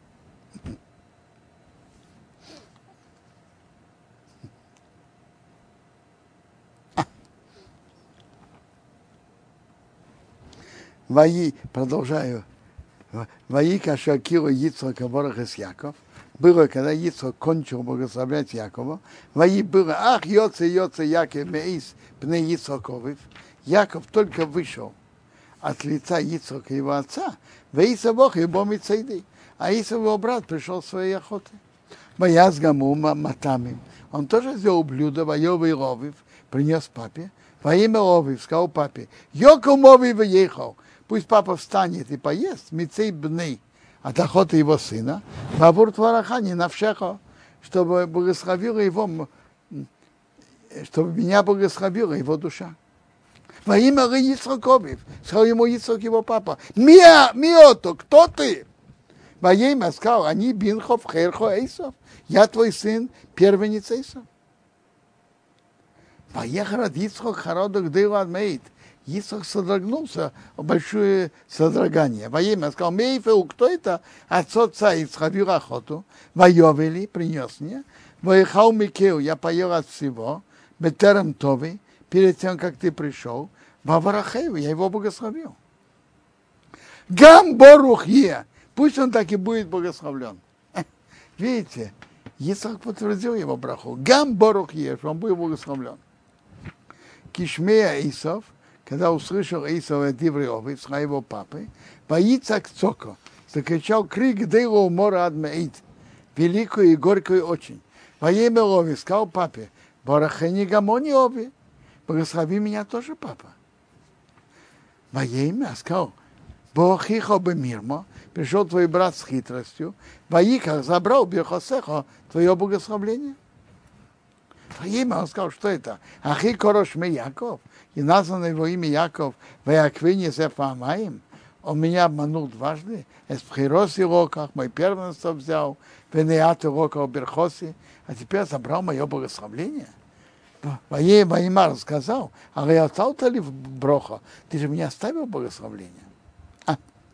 Ваи, продолжаю. Ваи кашакилу Ицхака ворох из Яков. Было, когда Ицхак кончил благословлять Якова. Ваи было, ах, йоце, йоце, Яков, меис, пне Ицхаковив. Яков только вышел от лица Ицхака, его отца. Ваиса Бог, и бом и цейдей. А Исав, его брат, пришел с своей охоты. Ваяз гаму матамим. Он тоже сделал блюдо, ваёва и ловив, принес папе. Во имя ловив, сказал папе, Йоков мови выехал. Пусть папа встанет и поест, мицей бней, от охоты его сына, бабур твараха не навшеха, чтобы благословила его, чтобы меня благословила его душа. Во имя Ицхаковив, сказал ему Ицхак, его папа, Миа, миото, кто ты? Ваейма сказал, они бинхов херхо Эйсов. Я твой сын, первенец Эйсов. Поехал от Ицхок Хароду к Дейлу Адмейт. Ицхок содрогнулся, большое содрогание. Воемя сказал, Мейфеу, кто это? От отца Ицхак вел охоту. Воевели, принес мне. Воехал Микеу, я поел от всего. Бетерем Тови, перед тем, как ты пришел. Ваварахею, я его благословил. Гам Борух Е, пусть он так и будет благословлен. Видите, Ицхак подтвердил его браху. Гам Борух Е, что он будет благословлен. Кишмея Исов, когда услышал Исов от Ивриова, своего папы, боится Цоко, закричал крик Дейлу Мора Адмеид, великую и горькую очень. Во имя Лови сказал папе, Барахени Гамони Ови, благослови меня тоже, папа. Во имя сказал, Бохихо бы мирмо, пришел твой брат с хитростью, Ваиках забрал Бехосехо твое благословление. Во имя он сказал, что это? Ахи Корошме Яков, и названо его имя Яков, Ваяквини Зефамаим, он меня обманул дважды, Эспхироси Роках, мой первенство взял, Венеаты Роках Берхоси, а теперь забрал мое благословление. Ваимар сказал, а я остался ли в Брохо, ты же меня оставил благословление. А.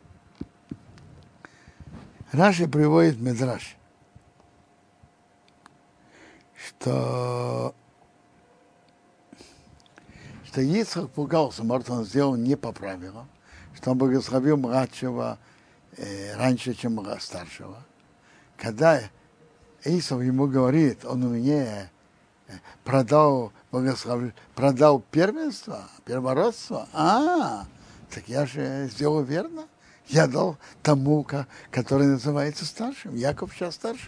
Раши приводит Медраш, что, что Ицхак пугался, может, он сделал не по правилам, что он благословил младшего э, раньше, чем старшего. Когда Исав ему говорит, он у меня продал, благослов... продал первенство, первородство, а, так я же сделал верно. Я дал тому, который называется старшим. Яков сейчас старшим.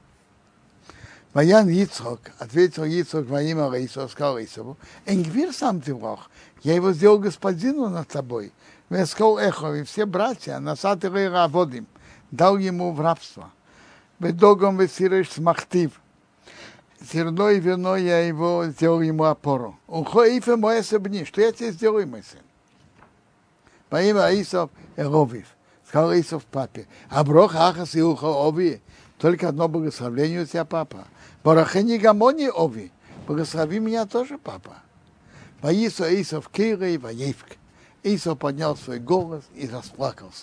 Ваян Ицхок, ответил Ицхок во имя Исава, сказал Исаву, Энгвир сам ты враг, я его сделал господину над тобой. Я сказал Эхов, и все братья, насатые раводим, дал ему в рабство. Бедогом весирыш смахтив. Зерно и вино я его сделал ему опору. Ухо ифе мой особни, что я тебе сделаю, мой сын? Во имя Исав Эровив, сказал Исав папе, а брох ахас и ухо ови, только одно благословление у тебя, папа. Барахени гамони ови, благослови меня тоже, папа. Воисо Исав Кирей Ваевк. Исав поднял свой голос и расплакался.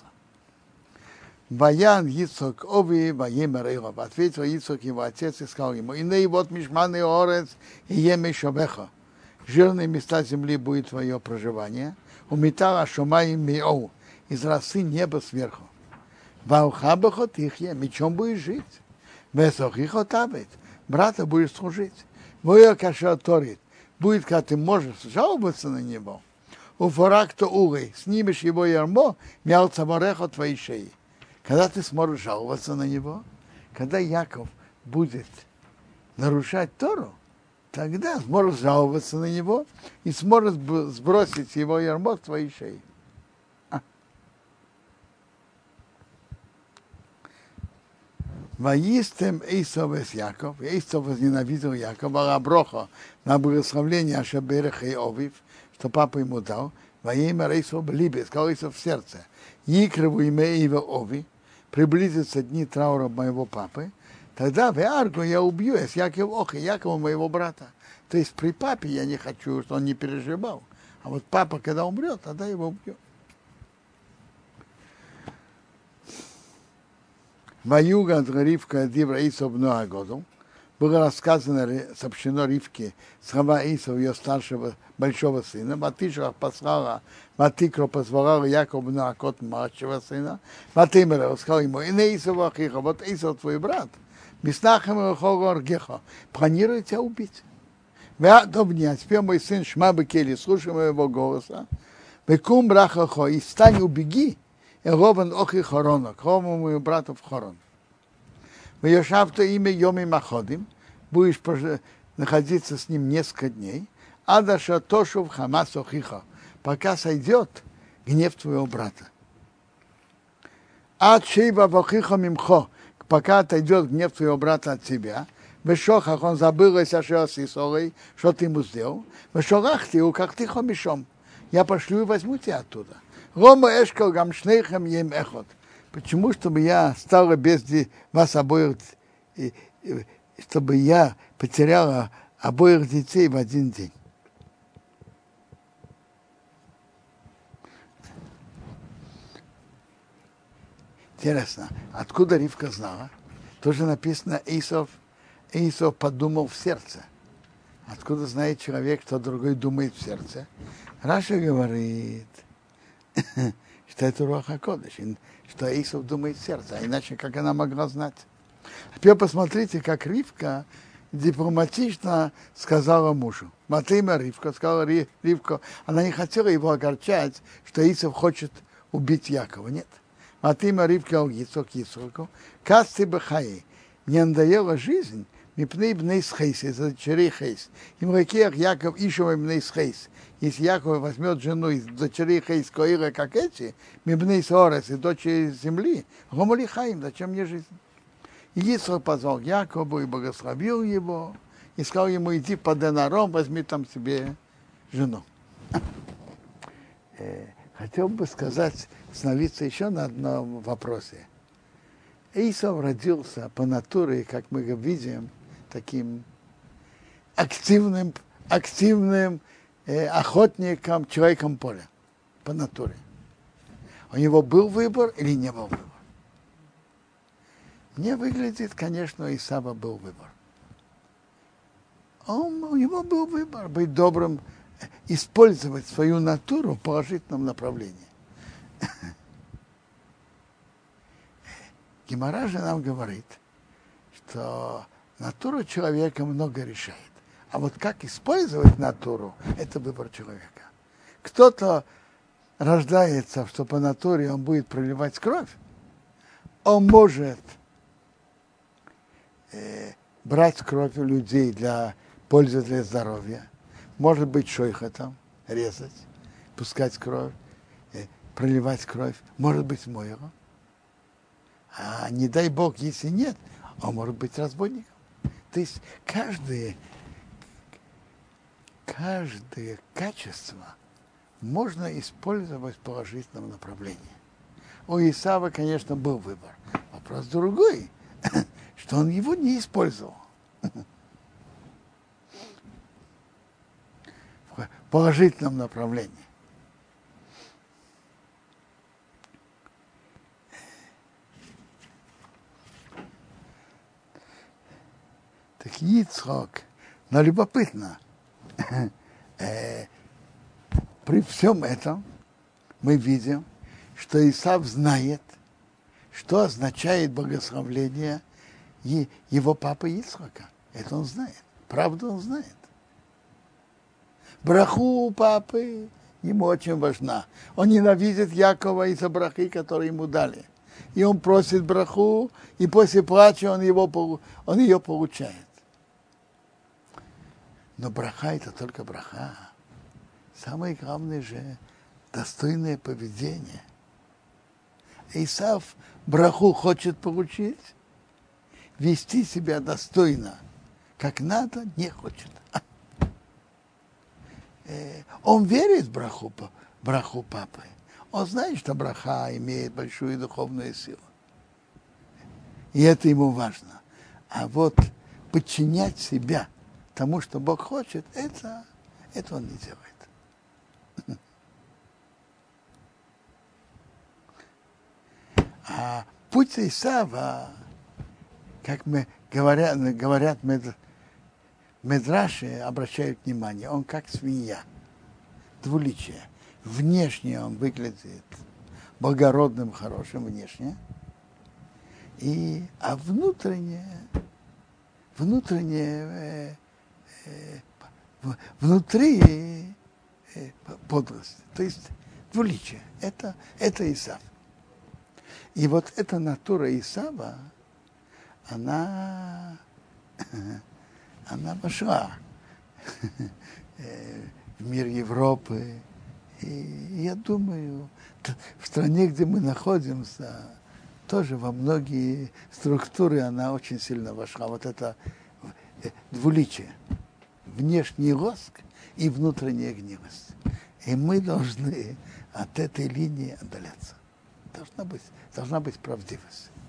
Ваян Ицхок Ови Ваемер Элов. Ответил Ицхок его отец и сказал ему, «Иней вот мишманы орец и еме шовеха». Жирные места земли будет твое проживание. Умитала шомаим миоу. Из росы неба сверху. Ваухабахо тихе, мечом будешь жить. Весохихо табет. Брата будешь служить. Воя каша торит. Будет, когда ты можешь жаловаться на него. У форакто улей. Снимешь его ярмо, мял цаморехо твоей шеи. Когда ты сможешь жаловаться на него, когда Яков будет нарушать Тору, тогда сможешь жаловаться на него и сможешь сбросить его ярмо с твоей шеи. А. Воистем Эйсов с Яков, Эйсов возненавидел Якова, Раброха, на благословление Ашабереха и Овив, что папа ему дал, во имя Эйсов Либе, сказал Эйсов в сердце, Якрову имя его Ови, приблизятся дни траура моего папы, тогда в Аргу я убью с Яков Оха, Якова моего брата. То есть при папе я не хочу, чтобы он не переживал. А вот папа, когда умрет, тогда его убью. Ваюга от Ривка Дивра Исов много годов. Было рассказано, сообщено Ривке слова Исова, ее старшего большого сына. Матишах послала, Матикро позвала Якова на кот младшего сына. Матимера сказал ему, и не Исова Ахиха, вот Исов твой брат. Миснахем и Хогор Геха, планирует тебя убить. А теперь мой сын Шма Бекели, слушай моего голоса. Бекум Брахахо, и встань, убеги. И Рован Охи Хорона, к Рому моему брату в Хорон. В Йошавто имя Йоми Маходим, будешь находиться с ним несколько дней, Адаша Тошув Хамас Охиха, пока сойдет гнев твоего брата. Ад Шейва Вохиха Мимхо, пока отойдет гнев твоего брата от тебя, в Шохах он забыл, что ты ему сделал, в Шохах ты, как ты хомишом, я пошлю и возьму тебя оттуда. Рома Эшкал Гамшнейхам Ем Эхот, Почему? Чтобы я стала без вас обоих, чтобы я потеряла обоих детей в один день. Интересно, откуда Ривка знала? Тоже написано, Исав, Исав подумал в сердце. Откуда знает человек, что другой думает в сердце? Раша говорит, что это Руах ха-Кодеш, что Исав думает в сердце, а иначе как она могла знать? А теперь посмотрите, как Ривка дипломатично сказала мужу. Матрима Ривка, сказала Ривка, она не хотела его огорчать, что Исав хочет убить Якова. Нет. Матрима Ривка Ицхок Ицхоку, Касти Бахаи, мне надоела жизнь, Мипней бней схейс, из-за дочерей Хейс. Им рекех Яков ищем бней схейс. Если Яков возьмет жену из дочерей Хейс, коира, как эти, мипней сорес, и дочери земли, гомоли хаим, зачем мне жизнь? И Ицхок позвал Якову и благословил его, и сказал ему, иди по Денаром, возьми там себе жену. Хотел бы сказать, остановиться еще на одном вопросе. Исав родился по натуре, как мы видим, таким активным, активным э, охотником, человеком поля, по натуре. У него был выбор или не был выбор? Мне выглядит, конечно, у Исава был выбор. Он, у него был выбор быть добрым, использовать свою натуру в положительном направлении. Гемара же нам говорит, что натура человека много решает. А вот как использовать натуру, это выбор человека. Кто-то рождается, что по натуре он будет проливать кровь, он может э, брать кровь у людей для пользы для здоровья, может быть шойхатом, резать, пускать кровь, э, проливать кровь, может быть мойром. А не дай Бог, если нет, он может быть разбойником. То есть каждое, каждое качество можно использовать в положительном направлении. У Исава, конечно, был выбор. Вопрос другой, что он его не использовал. В положительном направлении. Так Ицхок, но любопытно, э, при всем этом мы видим, что Исав знает, что означает благословление его папы Ицхока. Это он знает. Правда он знает. Браху у папы ему очень важна. Он ненавидит Якова из-за брахи, которые ему дали. И он просит браху, и после плача он, его, он ее получает. Но браха это только браха. Самое главное же достойное поведение. Исав браху хочет получить, вести себя достойно, как надо, не хочет. Он верит в браху, браху папы. Он знает, что браха имеет большую духовную силу. И это ему важно. А вот подчинять себя тому, что Бог хочет, это, это он не делает. А путь Исава, как мы говорят, говорят Медраши, обращают внимание, он как свинья, двуличие. Внешне он выглядит благородным, хорошим внешне, и, а внутренне, внутренне внутри подлость, то есть двуличие. Это, это Исав. И вот эта натура Исава, она, она вошла в мир Европы. И я думаю, в стране, где мы находимся, тоже во многие структуры она очень сильно вошла. Вот это двуличие. Внешний лоск и внутренняя гнилость. И мы должны от этой линии отдаляться. Должна быть, должна быть правдивость.